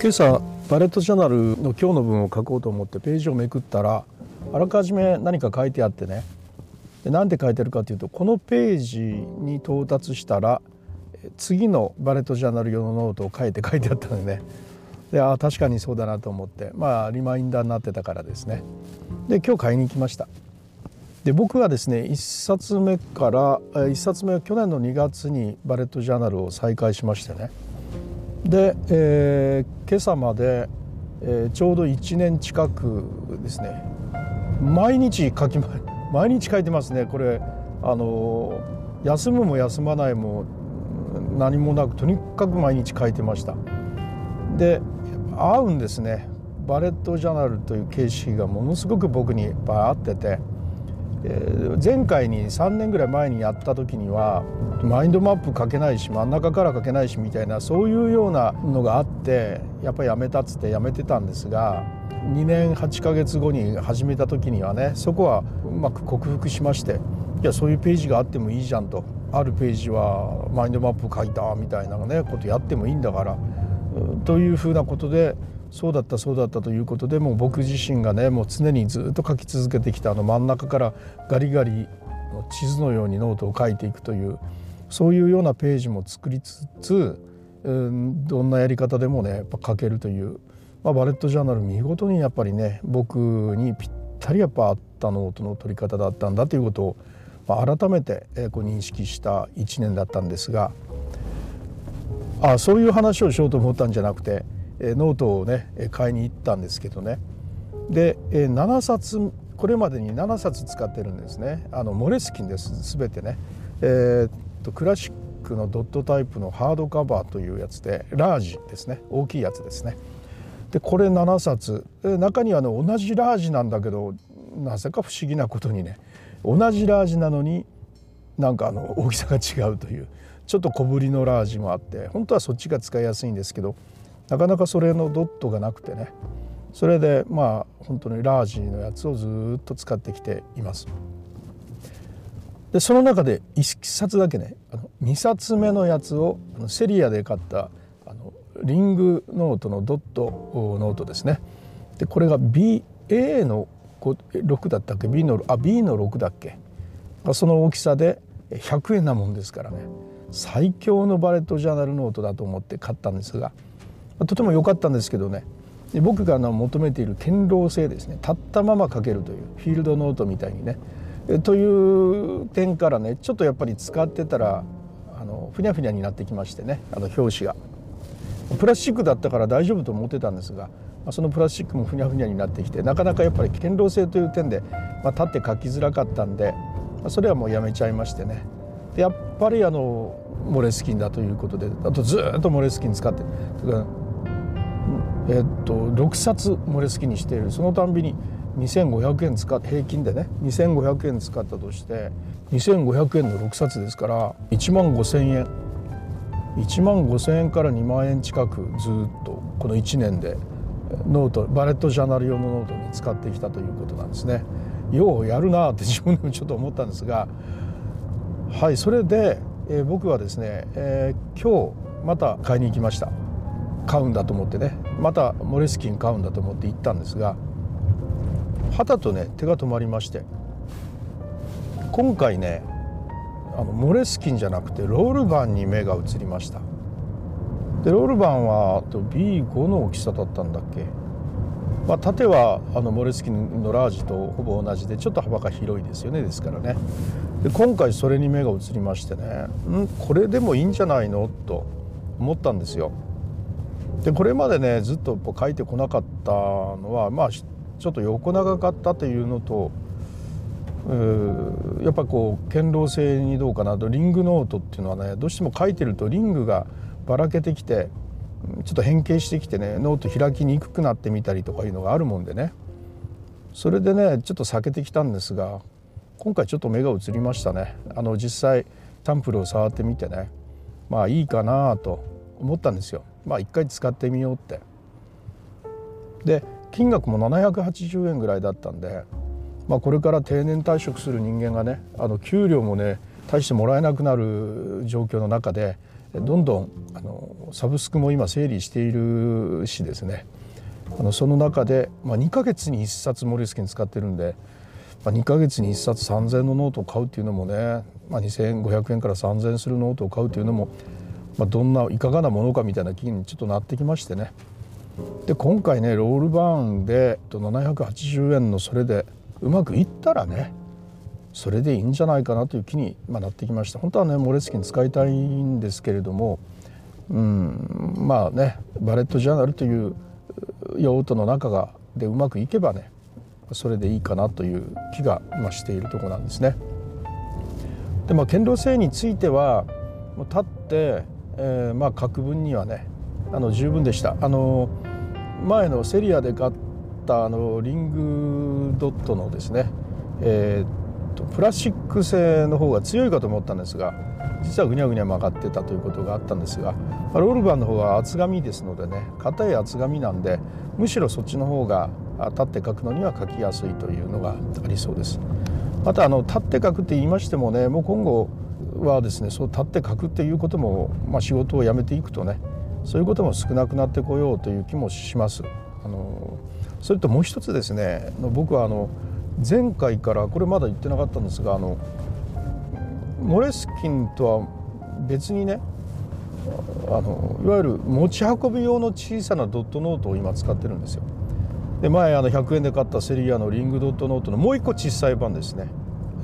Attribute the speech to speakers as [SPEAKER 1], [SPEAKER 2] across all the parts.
[SPEAKER 1] 今朝バレットジャーナルの今日の文を書こうと思ってページをめくったら、あらかじめ何か書いてあってね、で何て書いてあるかというと、このページに到達したら次のバレットジャーナル用のノートを書いてあったのでね、で確かにそうだなと思って、リマインダーになってたからですね。で今日買いに行きました。で僕はですね、1冊目は去年の2月にバレットジャーナルを再開しましてね。で、今朝まで、ちょうど1年近くですね、毎日書いてますね。これ休むも休まないも何もなく、とにかく毎日書いてました。で合うんですね。バレットジャーナルという形式がものすごく僕に合ってて、前回に3年ぐらい前にやった時にはマインドマップ書けないし、真ん中から書けないしみたいな、そういうようなのがあって、やっぱりやめたっつってやめてたんですが、2年8ヶ月後に始めた時にはね、そこはうまく克服しまして、いやそういうページがあってもいいじゃんと、あるページはマインドマップ書いたみたいなねことやってもいいんだからというふうなことで、そうだったということで、もう僕自身がね、もう常にずっと書き続けてきた真ん中からガリガリの地図のようにノートを書いていくという、そういうようなページも作りつつ、どんなやり方でもねやっぱ書けるという、バレットジャーナル見事にやっぱりね、僕にぴったりやっぱあったノートの取り方だったんだということを、改めて認識した1年だったんですが、そういう話をしようと思ったんじゃなくて、ノートをね買いに行ったんですけどね。で7冊、これまでに7冊使ってるんですね。モレスキンです、全てね。クラシックのドットタイプのハードカバーというやつで、ラージですね、大きいやつですね。でこれ7冊、中には同じラージなんだけど、なぜか不思議なことにね、同じラージなのになんか大きさが違うという、ちょっと小ぶりのラージもあって、本当はそっちが使いやすいんですけど、なかなかそれのドットがなくてね、それで本当にラージのやつをずっと使ってきています。でその中で1冊だけね、2冊目のやつをセリアで買ったリングノートのドットノートですね。でこれが A の6だったっけ、 B の6だっけ、その大きさで100円なもんですからね、最強のバレットジャーナルノートだと思って買ったんですが、とても良かったんですけどね、僕が求めている堅牢性ですね、立ったまま書けるというフィールドノートみたいにね、という点からね、ちょっとやっぱり使ってたらふにゃふにゃになってきましてね、表紙がプラスチックだったから大丈夫と思ってたんですが、そのプラスチックもふにゃふにゃになってきて、なかなかやっぱり堅牢性という点で、立って書きづらかったんで、それはもうやめちゃいましてね。でやっぱりモレスキンだということで、あとずっとモレスキン使って、6冊モレスキンにしている。そのたんびに2500円平均でね2500円使ったとして、2500円の6冊ですから1万5000円から2万円近くずっとこの1年でノート、バレットジャーナル用のノートに使ってきたということなんですね。ようやるなって自分でもちょっと思ったんですが、それで、僕はですね、今日また買いに行きました。買うんだと思ってね、またモレスキン買うんだと思って行ったんですが、はたとね手が止まりまして、今回ねモレスキンじゃなくてロールバンに目が移りました。でロールバンはB5 の大きさだったんだっけ。縦はモレスキンのラージとほぼ同じで、ちょっと幅が広いですよね。ですからね、で今回それに目が移りましてね、これでもいいんじゃないのと思ったんですよ。でこれまでねずっと書いてこなかったのは、ちょっと横長かったというのと、やっぱ堅牢性にどうかなと。リングノートっていうのはね、どうしても書いてるとリングがばらけてきて、ちょっと変形してきてね、ノート開きにくくなってみたりとかいうのがあるもんでね、それでねちょっと避けてきたんですが、今回ちょっと目が移りましたね。実際サンプルを触ってみてね、いいかなと思ったんですよ。一回使ってみようって。で金額も780円ぐらいだったんで、これから定年退職する人間がね、給料もね大してもらえなくなる状況の中で、 どんどんサブスクも今整理しているしですね、その中で、2ヶ月に1冊モレスキン使ってるんで、2ヶ月に1冊3000円のノートを買うっていうのもね、2500円から3000円するノートを買うというのも、どんないかがなものかみたいな気にちょっとなってきましてね。で今回ねロールバーンで780円のそれでうまくいったらね、それでいいんじゃないかなという気になってきました。本当はねモレスキン使いたいんですけれども、バレットジャーナルという用途の中でうまくいけばね、それでいいかなという気がしているところなんですね。で堅牢性については立って書く分にはね十分でした。前のセリアで買ったリングドットのですね、プラスチック製の方が強いかと思ったんですが、実はぐにゃぐにゃ曲がってたということがあったんですが、ロールバーンの方は厚紙ですのでね、硬い厚紙なんで、むしろそっちの方が立って書くのには書きやすいというのがありそうです。また立って書くって言いましてもね、もう今後はですね、そう立って書くっていうことも、仕事を辞めていくとね、そういうことも少なくなってこようという気もします。それともう一つですね、僕は前回からこれまだ言ってなかったんですが、モレスキンとは別にね、いわゆる持ち運び用の小さなドットノートを今使ってるんですよ。で前100円で買ったセリアのリングドットノートのもう一個小さい版ですね、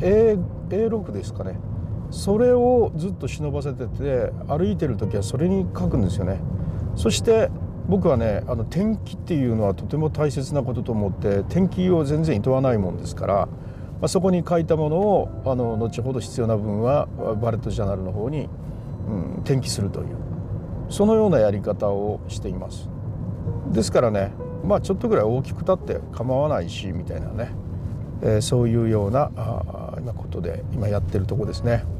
[SPEAKER 1] A6 ですかね、それをずっと忍ばせてて、歩いてる時はそれに書くんですよね。そして僕はね転記っていうのはとても大切なことと思って、転記を全然厭わないもんですから、そこに書いたものを後ほど必要な分はバレットジャーナルの方に、転記するという、そのようなやり方をしています。ですからね、ちょっとぐらい大きくたって構わないしみたいなね、そういうようなことで今やってるとこですね。